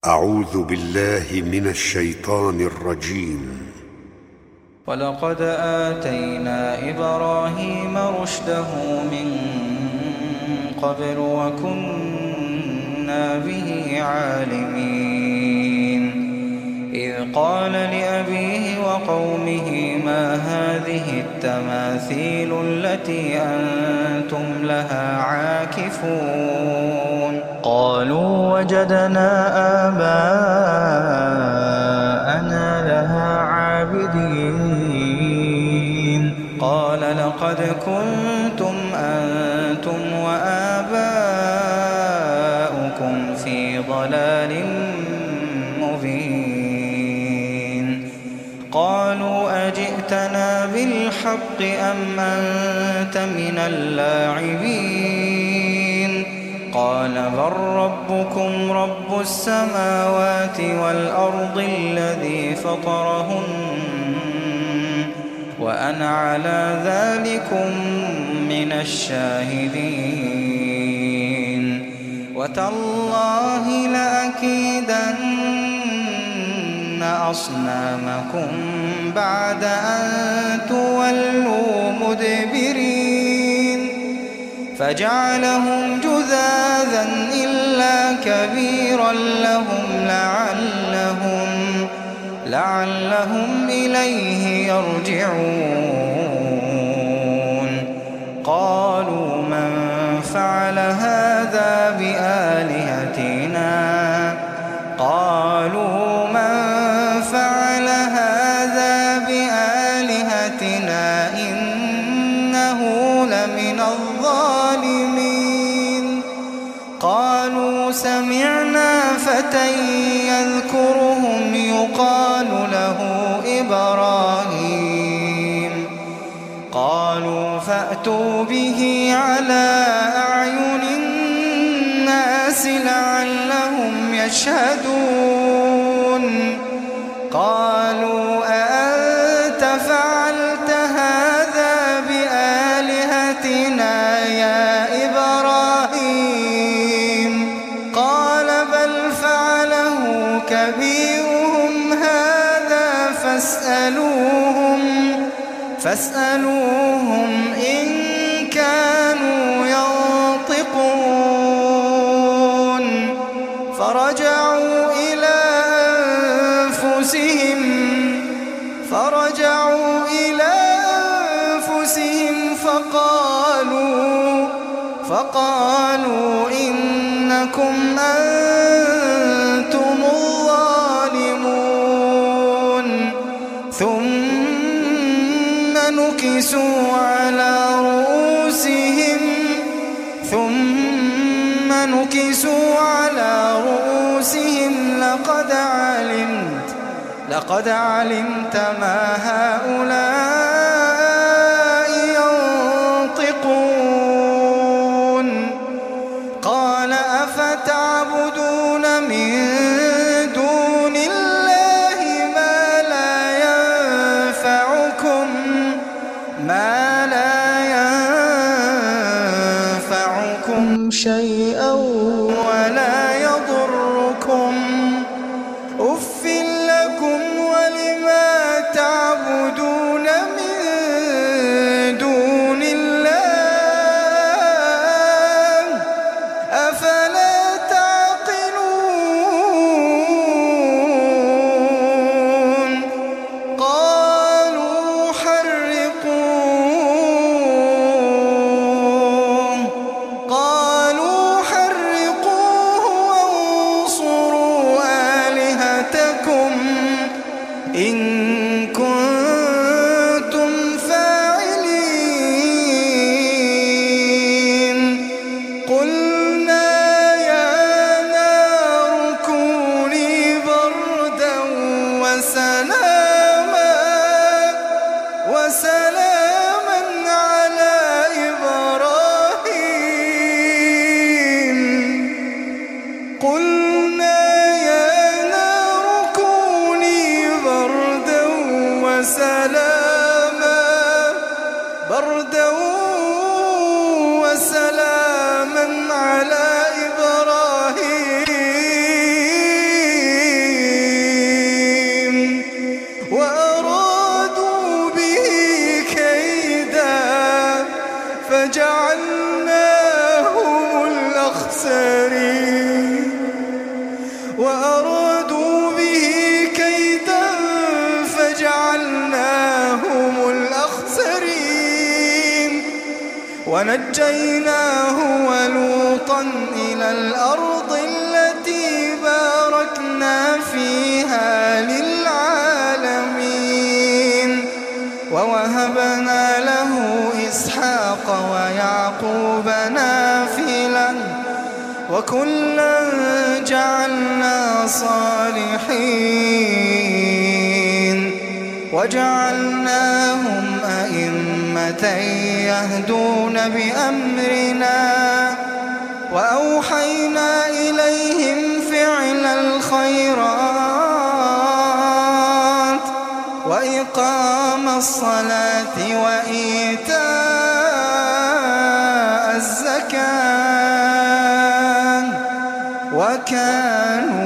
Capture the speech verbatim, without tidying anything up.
أعوذ بالله من الشيطان الرجيم. ولقد آتينا إبراهيم رشده من قبل وكنا به عالمين إذ قال لأبيه وقومه ما هذه التماثيل التي أنتم لها عاكفون قالوا وجدنا آباءنا لها عابدين قال لقد كنتم أنتم وآباؤكم في ضلال مبين قالوا أجئتنا بالحق أم أنت من اللاعبين قال بل ربكم رب السماوات والأرض الذي فطرهن وأنا على ذلكم من الشاهدين وتالله لأكيدن أصنامكم بعد أن تولوا مدبرين فجعلهم جذاذا إلا كبيرا لهم لعلهم لعلهم إليه يرجعون قالوا من فعل هذا بآلهتنا قالوا من فعل هذا بآلهتنا إنه لمن الظالمين قالوا سمعنا فتى يذكرهم يقال له إبراهيم قالوا فأتوا به على أعين الناس لعلهم يشهدون قالوا أأنت فعلت هذا بآلهتنا يا إبراهيم قال بل فعله كبيرهم هذا فاسألوهم فاسألوهم إن كانوا ينطقون فرجعوا إلى أنفسهم فرجعوا إلى أنفسهم فقالوا فقالوا إنكم أنتم الظالمون ثم نكسوا على رؤوسهم ثم نكسوا على رؤوسهم لقد علمت لقد علمت ما هؤلاء ينطقون قال أفتعبدون من دون الله ما لا ينفعكم ما لا ينفعكم شيئا ولا يضركم أف لكم ولما تعبدون من دون الله أفلا تعقلون قالوا حرقوه قالوا حرقوه وانصروا آلهتكم إن كنتم فاعلين قلنا يا نار كوني بردا وسلاما وسلاما على إبراهيم قلنا يا نار كوني بردا وأرادوا به كيدا فجعلناهم الأخسرين ونجيناه ولوطا إلى الأرض التي باركنا فيها للعالمين ووهبنا له إسحاق ويعقوب نافلة وكلا جعلنا صالحين وجعلناهم أئمة يهدون بأمرنا وأوحينا إليهم فعل الخيرات وإقام الصلاة وإيتاء الزكاة وكانوا